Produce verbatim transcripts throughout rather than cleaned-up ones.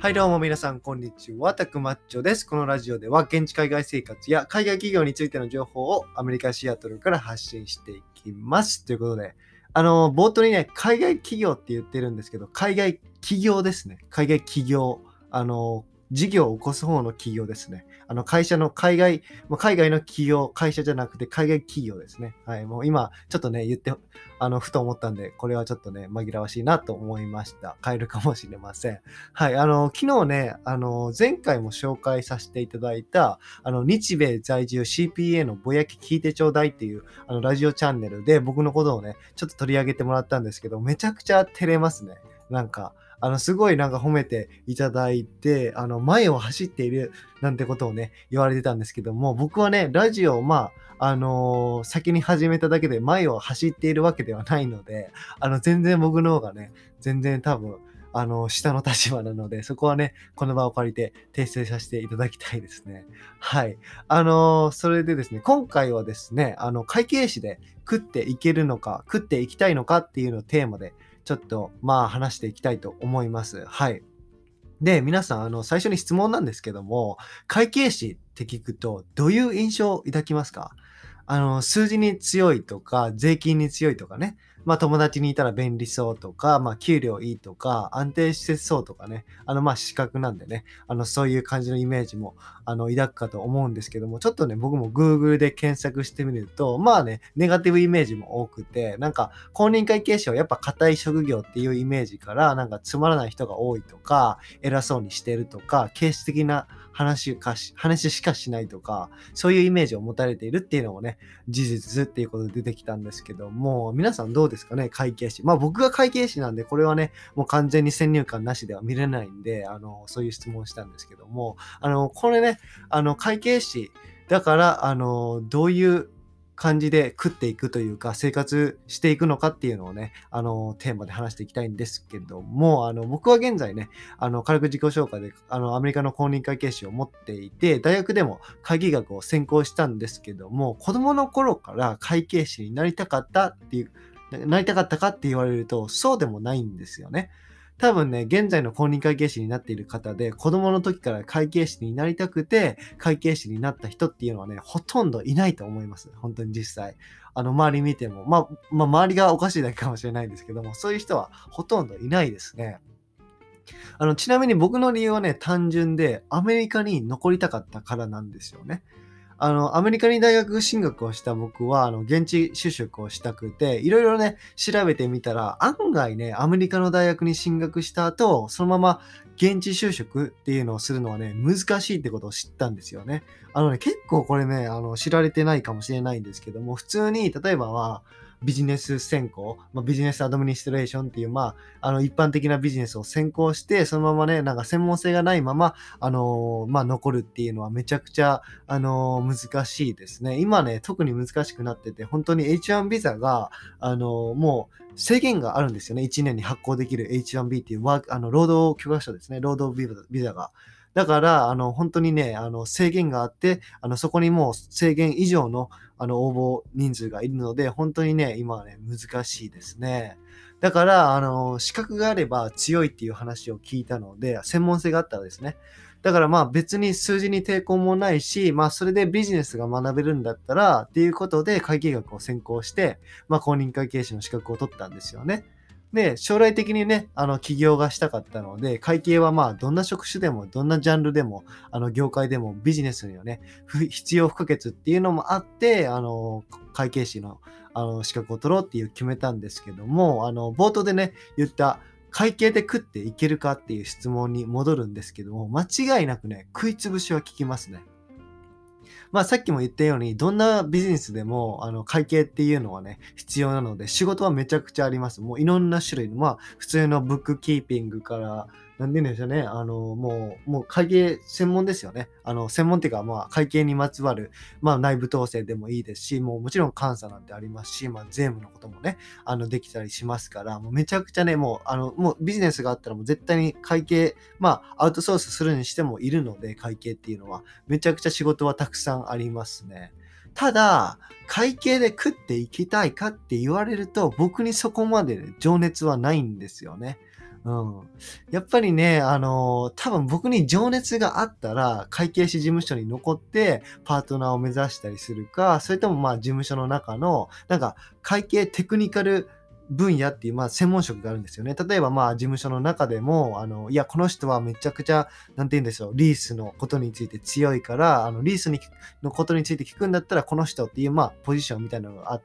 はいどうも皆さんこんにちは、たくまっちょです。このラジオでは現地海外生活や海外企業についての情報をアメリカシアトルから発信していきます。ということで、あの、冒頭にね、海外企業って言ってるんですけど、海外企業ですね。海外企業。あの、事業を起こす方の企業ですね。あの、会社の海外、もう海外の企業、会社じゃなくて海外企業ですね。はい、もう今、ちょっとね、言って、あの、ふと思ったんで、これはちょっとね、紛らわしいなと思いました。変えるかもしれません。はい、あの、昨日ね、あの、前回も紹介させていただいた、あの、日米在住 シーピーエー のぼやき聞いてちょうだいっていう、あの、ラジオチャンネルで僕のことをね、ちょっと取り上げてもらったんですけど、めちゃくちゃ照れますね。なんか、あの、すごいなんか褒めていただいて、あの、前を走っているなんてことをね、言われてたんですけども、僕はね、ラジオをまあ、あのー先に始めただけで前を走っているわけではないので、あの、全然僕の方がね、全然多分、あの、下の立場なので、そこはね、この場を借りて訂正させていただきたいですね。はい。あのーそれでですね、今回はですね、あの、会計士で食っていけるのか、食っていきたいのかっていうのをテーマで、ちょっと、まあ、話していきたいと思います。はい。で、皆さん、あの、最初に質問なんですけども、会計士って聞くと、どういう印象を抱きますか？あの、数字に強いとか、税金に強いとかね。まあ、友達にいたら便利そうとか、まあ、給料いいとか、安定してそうとかね。あの、まあ、資格なんでね。あの、そういう感じのイメージも、あの、抱くかと思うんですけども、ちょっとね、僕も Google で検索してみると、まあね、ネガティブイメージも多くて、なんか、公認会計士はやっぱ堅い職業っていうイメージから、なんかつまらない人が多いとか、偉そうにしてるとか、形式的な話かし、話しかしないとか、そういうイメージを持たれているっていうのもね、事実っていうことで出てきたんですけども、皆さんどうですかね、会計士。まあ僕が会計士なんで、これはね、もう完全に先入観なしでは見れないんで、あの、そういう質問をしたんですけども、あの、これね、あの、会計士だから、あの、どういう感じで食っていくというか、生活していくのかっていうのをね、あの、テーマで話していきたいんですけども、あの、僕は現在ね、あの、軽く自己紹介で、あの、アメリカの公認会計士を持っていて、大学でも会計学を専攻したんですけども、子供の頃から会計士になりたかったっていう、なりたかったかって言われると、そうでもないんですよね。多分ね、現在の公認会計士になっている方で、子供の時から会計士になりたくて、会計士になった人っていうのはね、ほとんどいないと思います。本当に実際。あの、周り見ても、まあ、まあ、周りがおかしいだけかもしれないんですけども、そういう人はほとんどいないですね。あの、ちなみに僕の理由はね、単純で、アメリカに残りたかったからなんですよね。あの、アメリカに大学進学をした僕は、あの、現地就職をしたくて、いろいろね、調べてみたら、案外ね、アメリカの大学に進学した後、そのまま現地就職っていうのをするのはね、難しいってことを知ったんですよね。あのね、結構これね、あの、知られてないかもしれないんですけども、普通に、例えばは、ビジネス専攻、まあ、ビジネスアドミニストレーションっていう、まあ、あの、一般的なビジネスを専攻して、そのままね、なんか専門性がないまま、あのーまあ、残るっていうのはめちゃくちゃ、あのー難しいですね。今ね、特に難しくなってて、本当に エイチワン ビザが、あのーもう制限があるんですよね。いちねんに発行できる エイチワンビー っていうワーク、あの、労働許可証ですね。労働ビザビザが。だから、あの、本当にね、あの、制限があって、あの、そこにもう制限以上の、あの、応募人数がいるので、本当にね、今はね、難しいですね。だから、あの、資格があれば強いっていう話を聞いたので、専門性があったらですね。だからまあ別に数字に抵抗もないし、まあそれでビジネスが学べるんだったらっていうことで会計学を専攻して、まあ公認会計士の資格を取ったんですよね。で、将来的にね、あの起業がしたかったので、会計はまあどんな職種でも、どんなジャンルでも、あの業界でもビジネスにはね、不必要不可欠っていうのもあって、あの、会計士のあの資格を取ろうっていう決めたんですけども、あの、冒頭でね、言った会計で食っていけるかっていう質問に戻るんですけども、間違いなくね、食いつぶしは効きますね。まあさっきも言ったように、どんなビジネスでも、あの、会計っていうのはね、必要なので、仕事はめちゃくちゃあります。もういろんな種類の、まあ、普通のブックキーピングから、なんて言うんでしょうね。あの、もう、もう会計専門ですよね。あの、専門っていうか、まあ、会計にまつわる、まあ、内部統制でもいいですし、もうもちろん監査なんてありますし、まあ、税務のこともね、あの、できたりしますから、もうめちゃくちゃね、もう、あの、もうビジネスがあったらもう絶対に会計、まあ、アウトソースするにしてもいるので、会計っていうのは。めちゃくちゃ仕事はたくさんありますね。ただ、会計で食っていきたいかって言われると、僕にそこまで情熱はないんですよね。 うん。やっぱりね、あの、多分僕に情熱があったら、会計士事務所に残って、パートナーを目指したりするか、それともまあ事務所の中の、なんか会計テクニカル分野っていう、まあ専門職があるんですよね。例えばまあ事務所の中でも、あの、いや、この人はめちゃくちゃ、なんて言うんでしょう、リースのことについて強いから、あの、リースにのことについて聞くんだったら、この人っていう、まあ、ポジションみたいなのがあって、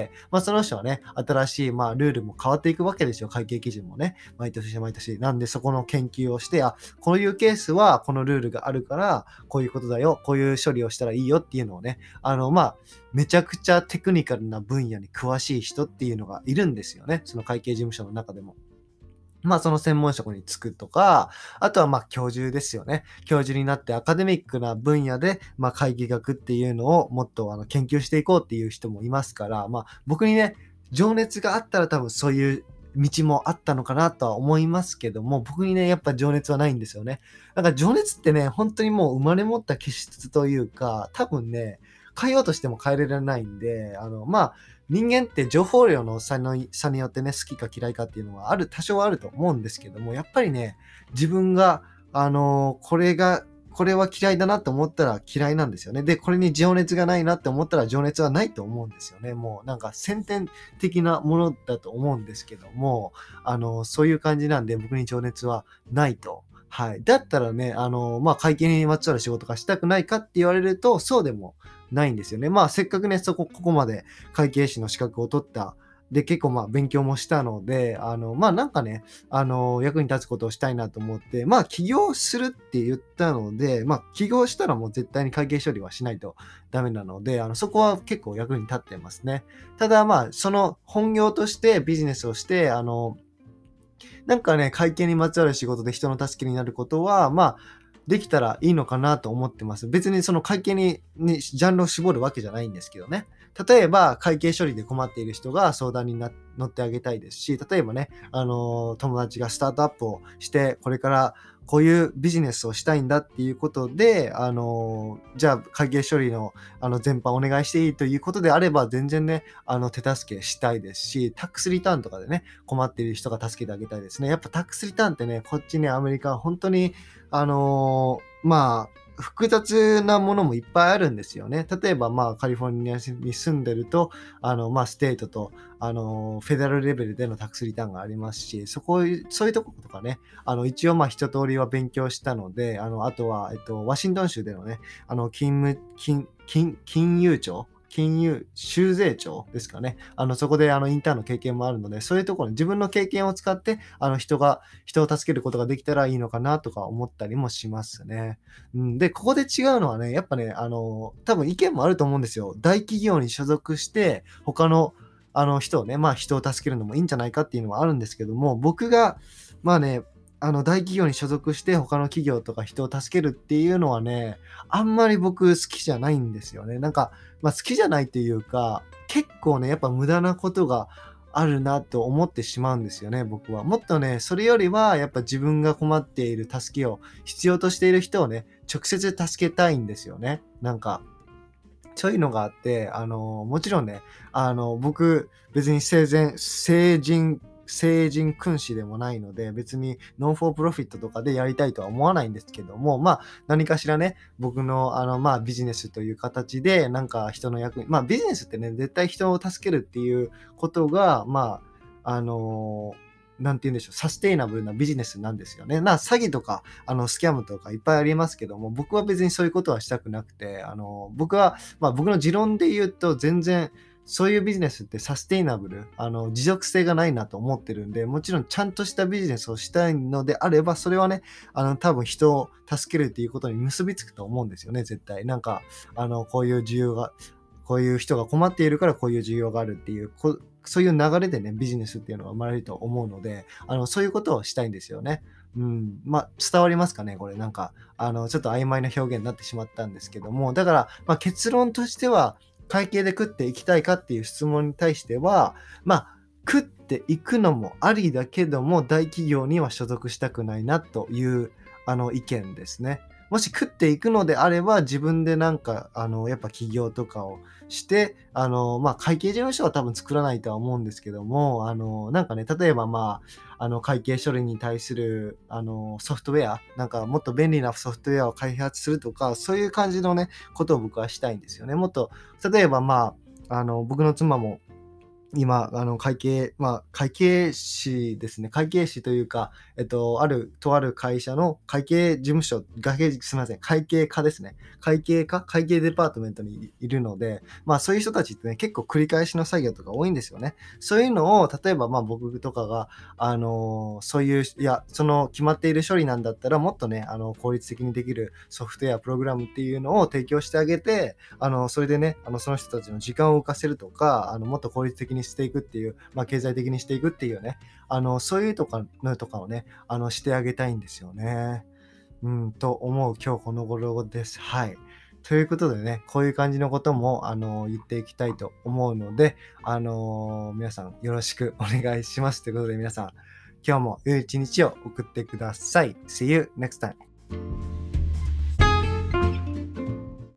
まあ、その人はね、新しい、まあ、ルールも変わっていくわけですよ。会計基準もね。毎年毎年。なんで、そこの研究をして、あ、こういうケースは、このルールがあるから、こういうことだよ。こういう処理をしたらいいよっていうのをね、あの、まあ、めちゃくちゃテクニカルな分野に詳しい人っていうのがいるんですよね。その会計事務所の中でも。まあ、その専門職に就くとか、あとはまあ教授ですよね。教授になってアカデミックな分野で、まあ会計学っていうのをもっとあの研究していこうっていう人もいますから、まあ僕にね、情熱があったら多分そういう道もあったのかなとは思いますけども、僕にね、やっぱ情熱はないんですよね。だから情熱ってね、本当にもう生まれ持った気質というか、多分ね、変えようとしても変えられないんで、あの、まあ、人間って情報量の差の差によってね、好きか嫌いかっていうのはある、多少はあると思うんですけども、やっぱりね、自分が、あのこれが、これは嫌いだなと思ったら嫌いなんですよね。で、これに情熱がないなって思ったら情熱はないと思うんですよね。もうなんか先天的なものだと思うんですけども、あのそういう感じなんで僕に情熱はないと。はい。だったらね、あのまあ、会計にまつわる仕事がしたくないかって言われると、そうでもないんですよね。まあ、せっかくね、そこ、ここまで会計士の資格を取った。で、結構まあ、勉強もしたので、あの、まあなんかね、あの、役に立つことをしたいなと思って、まあ、起業するって言ったので、まあ、起業したらもう絶対に会計処理はしないとダメなので、あの、そこは結構役に立ってますね。ただまあ、その本業としてビジネスをして、あの、なんかね、会計にまつわる仕事で人の助けになることは、まあ、できたらいいのかなと思ってます。別にその会計に、にジャンルを絞るわけじゃないんですけどね。例えば、会計処理で困っている人が相談にな乗ってあげたいですし、例えばね、あのー友達がスタートアップをして、これからこういうビジネスをしたいんだっていうことで、あのーじゃあ会計処理のあの全般お願いしていいということであれば、全然ね、あの手助けしたいですし、タックスリターンとかでね、困っている人が助けてあげたいですね。やっぱタックスリターンってね、こっちね、アメリカは本当に、あのーまあ、複雑なものもいっぱいあるんですよね。例えば、まあ、カリフォルニアに住んでると、あの、まあ、ステートと、あの、フェダルレベルでのタックスリターンがありますし、そこ、そういうとことかね、あの、一応、まあ、一通りは勉強したので、あの、あとは、えっと、ワシントン州でのね、あの、勤務、金、金、金融庁金融、州税庁ですかね。あの、そこであの、インターンの経験もあるので、そういうところに自分の経験を使って、あの、人が、人を助けることができたらいいのかなとか思ったりもしますね。うん、で、ここで違うのはね、やっぱね、あの、多分意見もあると思うんですよ。大企業に所属して、他の、あの人をね、まあ人を助けるのもいいんじゃないかっていうのはあるんですけども、僕が、まあね、あの大企業に所属して他の企業とか人を助けるっていうのはね、あんまり僕好きじゃないんですよね。なんか、まあ好きじゃないっていうか、結構ね、やっぱ無駄なことがあるなと思ってしまうんですよね、僕は。もっとね、それよりはやっぱ自分が困っている助けを必要としている人をね、直接助けたいんですよね。なんか、そういうのがあって、あの、もちろんね、あの、僕、別に生前、成人、成人君子でもないので、別にノンフォープロフィットとかでやりたいとは思わないんですけども、まあ、何かしらね、僕の、あの、まあ、ビジネスという形で、なんか人の役に、まあ、ビジネスってね、絶対人を助けるっていうことが、まあ、あのなんて言うんでしょう、サステイナブルなビジネスなんですよね。な、詐欺とか、あの、スキャムとかいっぱいありますけども、僕は別にそういうことはしたくなくて、あの、僕は、まあ僕の持論で言うと、全然、そういうビジネスってサステイナブル、あの、持続性がないなと思ってるんで、もちろんちゃんとしたビジネスをしたいのであれば、それはね、あの、多分人を助けるっていうことに結びつくと思うんですよね、絶対。なんか、あの、こういう需要が、こういう人が困っているからこういう需要があるっていう、こそういう流れでね、ビジネスっていうのが生まれると思うので、あの、そういうことをしたいんですよね。うん。まあ、伝わりますかねこれ。なんか、あの、ちょっと曖昧な表現になってしまったんですけども、だから、まあ、結論としては、会計で食っていきたいかっていう質問に対しては、まあ、食っていくのもありだけども、大企業には所属したくないなという、あの、意見ですね。 もし食っていくのであれば、自分でなんか、あの、やっぱ起業とかをして、あの、まあ、会計事務所は多分作らないとは思うんですけども、あの、なんかね、例えば、まあ、あの、会計処理に対する、あの、ソフトウェア、なんかもっと便利なソフトウェアを開発するとか、そういう感じのね、ことを僕はしたいんですよね。もっと、例えば、まあ、あの、僕の妻も、今、あの、会計、まあ、会計士ですね。会計士というか、えっと、ある、とある会社の会計事務所、会計、すみません、会計課ですね。会計課、会計デパートメントにいいるので、まあ、そういう人たちってね、結構繰り返しの作業とか多いんですよね。そういうのを、例えば、まあ、僕とかが、あの、そういう、いや、その決まっている処理なんだったら、もっとね、あの、効率的にできるソフトウェア、プログラムっていうのを提供してあげて、あの、それでね、あの、その人たちの時間を浮かせるとか、あの、もっと効率的にしていくっていう、まあ、経済的にしていくっていうね、あの、そういうとかのとかをね、あの、してあげたいんですよね。うん、と思う今日この頃です。はい。ということでね、こういう感じのことも、あの、言っていきたいと思うので、あの、皆さんよろしくお願いします。ということで皆さん、今日も良い一日を送ってください。See you next time.